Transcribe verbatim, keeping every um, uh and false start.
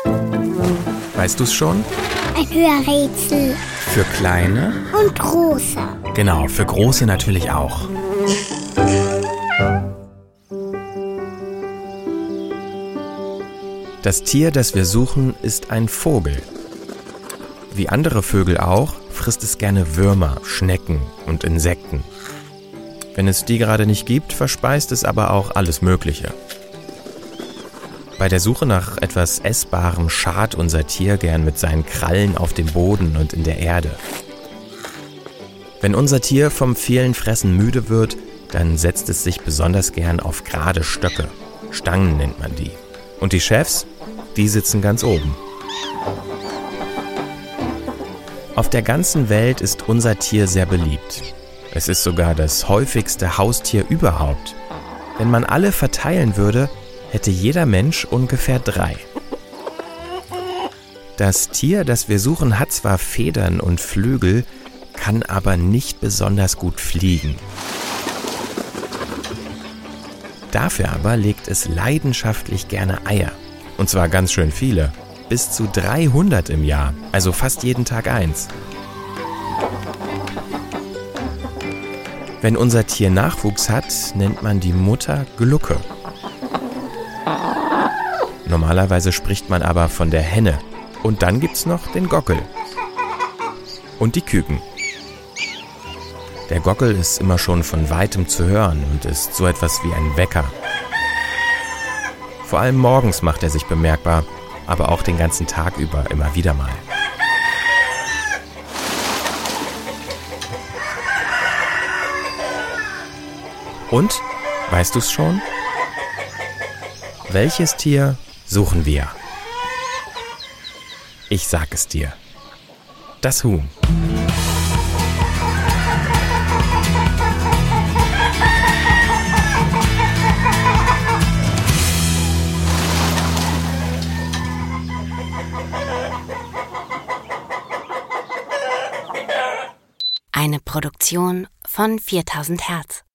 Weißt du's schon? Ein Hörrätsel. Für kleine? Und große. Genau, für große natürlich auch. Das Tier, das wir suchen, ist ein Vogel. Wie andere Vögel auch, frisst es gerne Würmer, Schnecken und Insekten. Wenn es die gerade nicht gibt, verspeist es aber auch alles Mögliche. Bei der Suche nach etwas Essbarem schart unser Tier gern mit seinen Krallen auf dem Boden und in der Erde. Wenn unser Tier vom vielen Fressen müde wird, dann setzt es sich besonders gern auf gerade Stöcke. Stangen nennt man die. Und die Chefs, die sitzen ganz oben. Auf der ganzen Welt ist unser Tier sehr beliebt. Es ist sogar das häufigste Haustier überhaupt. Wenn man alle verteilen würde, hätte jeder Mensch ungefähr drei. Das Tier, das wir suchen, hat zwar Federn und Flügel, kann aber nicht besonders gut fliegen. Dafür aber legt es leidenschaftlich gerne Eier. Und zwar ganz schön viele. Bis zu dreihundert im Jahr, also fast jeden Tag eins. Wenn unser Tier Nachwuchs hat, nennt man die Mutter Glucke. Normalerweise spricht man aber von der Henne. Und dann gibt's noch den Gockel. Und die Küken. Der Gockel ist immer schon von Weitem zu hören und ist so etwas wie ein Wecker. Vor allem morgens macht er sich bemerkbar, aber auch den ganzen Tag über immer wieder mal. Und, weißt du's schon? Welches Tier suchen wir? Ich sag es dir. Das Huhn. Eine Produktion von viertausend Hertz.